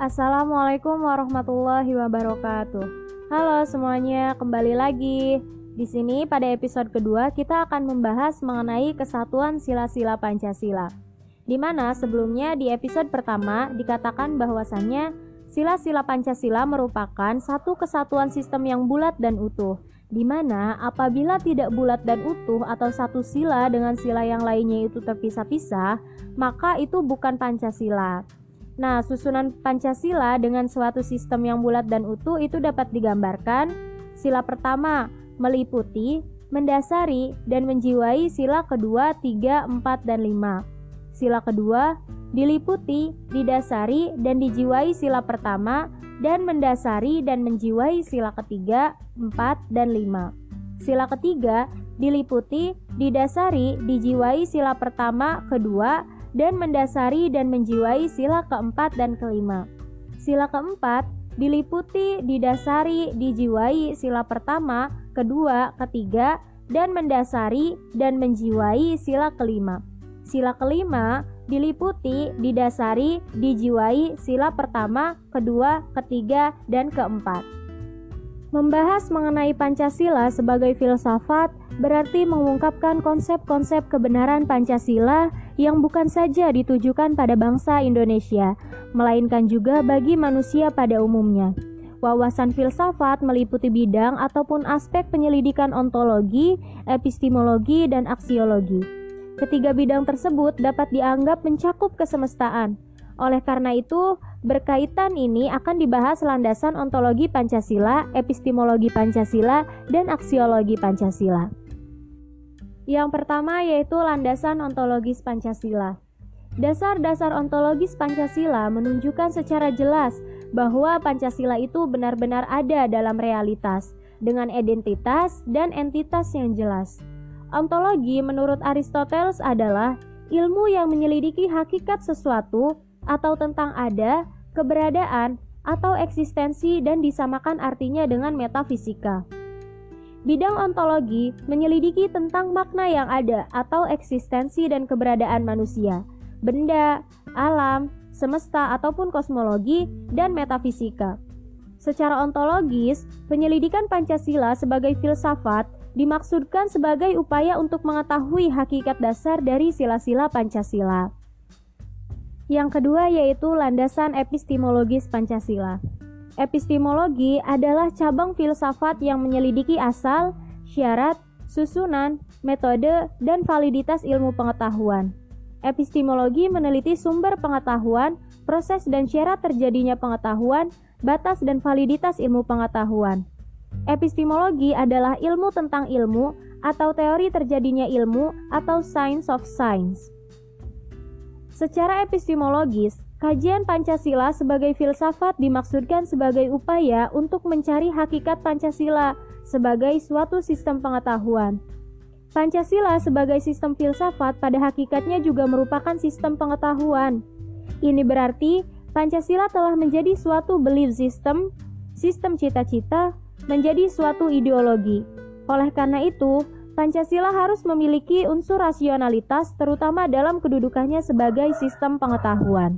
Assalamualaikum warahmatullahi wabarakatuh. Halo semuanya, kembali lagi. Di sini pada episode kedua kita akan membahas mengenai kesatuan sila-sila Pancasila. Di mana sebelumnya di episode pertama dikatakan bahwasannya sila-sila Pancasila merupakan satu kesatuan sistem yang bulat dan utuh. Di mana apabila tidak bulat dan utuh atau satu sila dengan sila yang lainnya itu terpisah-pisah, maka itu bukan Pancasila. Nah, susunan Pancasila dengan suatu sistem yang bulat dan utuh itu dapat digambarkan. Sila pertama meliputi, mendasari, dan menjiwai sila kedua, 3, 4, dan 5. Sila kedua diliputi, didasari, dan dijiwai sila pertama, dan mendasari dan menjiwai sila ketiga, 4, dan 5. Sila ketiga diliputi, didasari, dijiwai sila pertama, kedua, dan mendasari dan menjiwai sila keempat dan kelima. Sila keempat diliputi, didasari, dijiwai sila pertama, kedua, ketiga, dan mendasari dan menjiwai sila kelima. Sila kelima diliputi, didasari, dijiwai sila pertama, kedua, ketiga, dan keempat. Membahas mengenai Pancasila sebagai filsafat berarti mengungkapkan konsep-konsep kebenaran Pancasila yang bukan saja ditujukan pada bangsa Indonesia, melainkan juga bagi manusia pada umumnya. Wawasan filsafat meliputi bidang ataupun aspek penyelidikan ontologi, epistemologi, dan aksiologi. Ketiga bidang tersebut dapat dianggap mencakup kesemestaan. Oleh karena itu, berkaitan ini akan dibahas landasan ontologi Pancasila, epistemologi Pancasila, dan aksiologi Pancasila. Yang pertama yaitu landasan ontologis Pancasila. Dasar-dasar ontologis Pancasila menunjukkan secara jelas bahwa Pancasila itu benar-benar ada dalam realitas, dengan identitas dan entitas yang jelas. Ontologi menurut Aristoteles adalah ilmu yang menyelidiki hakikat sesuatu atau tentang ada, keberadaan, atau eksistensi dan disamakan artinya dengan metafisika. Bidang ontologi menyelidiki tentang makna yang ada atau eksistensi dan keberadaan manusia, benda, alam, semesta ataupun kosmologi, dan metafisika. Secara ontologis, penyelidikan Pancasila sebagai filsafat dimaksudkan sebagai upaya untuk mengetahui hakikat dasar dari sila-sila Pancasila. Yang kedua yaitu landasan epistemologis Pancasila. Epistemologi adalah cabang filsafat yang menyelidiki asal, syarat, susunan, metode, dan validitas ilmu pengetahuan. Epistemologi meneliti sumber pengetahuan, proses dan syarat terjadinya pengetahuan, batas dan validitas ilmu pengetahuan. Epistemologi adalah ilmu tentang ilmu atau teori terjadinya ilmu atau science of science. Secara epistemologis, kajian Pancasila sebagai filsafat dimaksudkan sebagai upaya untuk mencari hakikat Pancasila sebagai suatu sistem pengetahuan. Pancasila sebagai sistem filsafat pada hakikatnya juga merupakan sistem pengetahuan. Ini berarti Pancasila telah menjadi suatu belief system, sistem cita-cita, menjadi suatu ideologi. Oleh karena itu, Pancasila harus memiliki unsur rasionalitas terutama dalam kedudukannya sebagai sistem pengetahuan.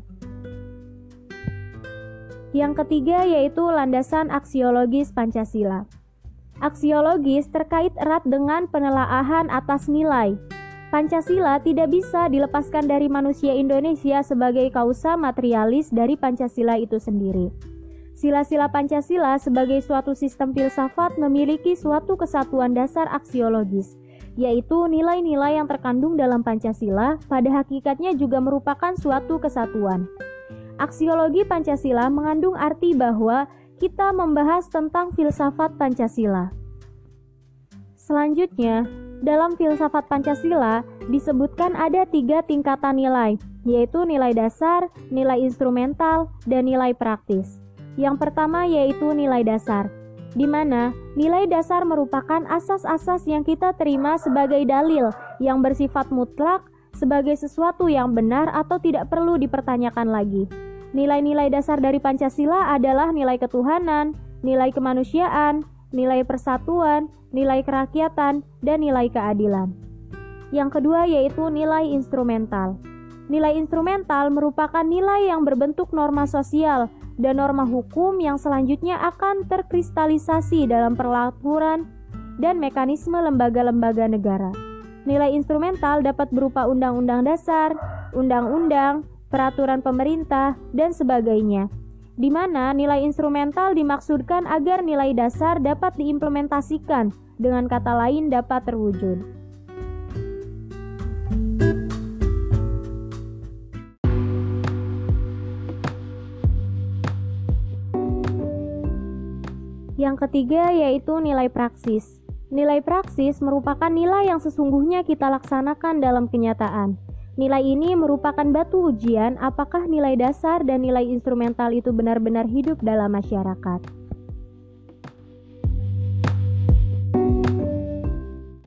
Yang ketiga yaitu landasan aksiologis Pancasila. Aksiologis terkait erat dengan penelaahan atas nilai. Pancasila tidak bisa dilepaskan dari manusia Indonesia sebagai kausa materialis dari Pancasila itu sendiri. Sila-sila Pancasila sebagai suatu sistem filsafat memiliki suatu kesatuan dasar aksiologis, yaitu nilai-nilai yang terkandung dalam Pancasila pada hakikatnya juga merupakan suatu kesatuan. Aksiologi Pancasila mengandung arti bahwa kita membahas tentang filsafat Pancasila. Selanjutnya, dalam filsafat Pancasila disebutkan ada 3 tingkatan nilai, yaitu nilai dasar, nilai instrumental, dan nilai praktis. Yang pertama yaitu nilai dasar, di mana nilai dasar merupakan asas-asas yang kita terima sebagai dalil yang bersifat mutlak sebagai sesuatu yang benar atau tidak perlu dipertanyakan lagi. Nilai-nilai dasar dari Pancasila adalah nilai ketuhanan, nilai kemanusiaan, nilai persatuan, nilai kerakyatan, dan nilai keadilan. Yang kedua yaitu nilai instrumental. Nilai instrumental merupakan nilai yang berbentuk norma sosial dan norma hukum yang selanjutnya akan terkristalisasi dalam peraturan dan mekanisme lembaga-lembaga negara. Nilai instrumental dapat berupa undang-undang dasar, undang-undang, peraturan pemerintah, dan sebagainya, di mana nilai instrumental dimaksudkan agar nilai dasar dapat diimplementasikan, dengan kata lain dapat terwujud. Yang ketiga yaitu nilai praksis. Nilai praksis merupakan nilai yang sesungguhnya kita laksanakan dalam kenyataan. Nilai ini merupakan batu ujian apakah nilai dasar dan nilai instrumental itu benar-benar hidup dalam masyarakat.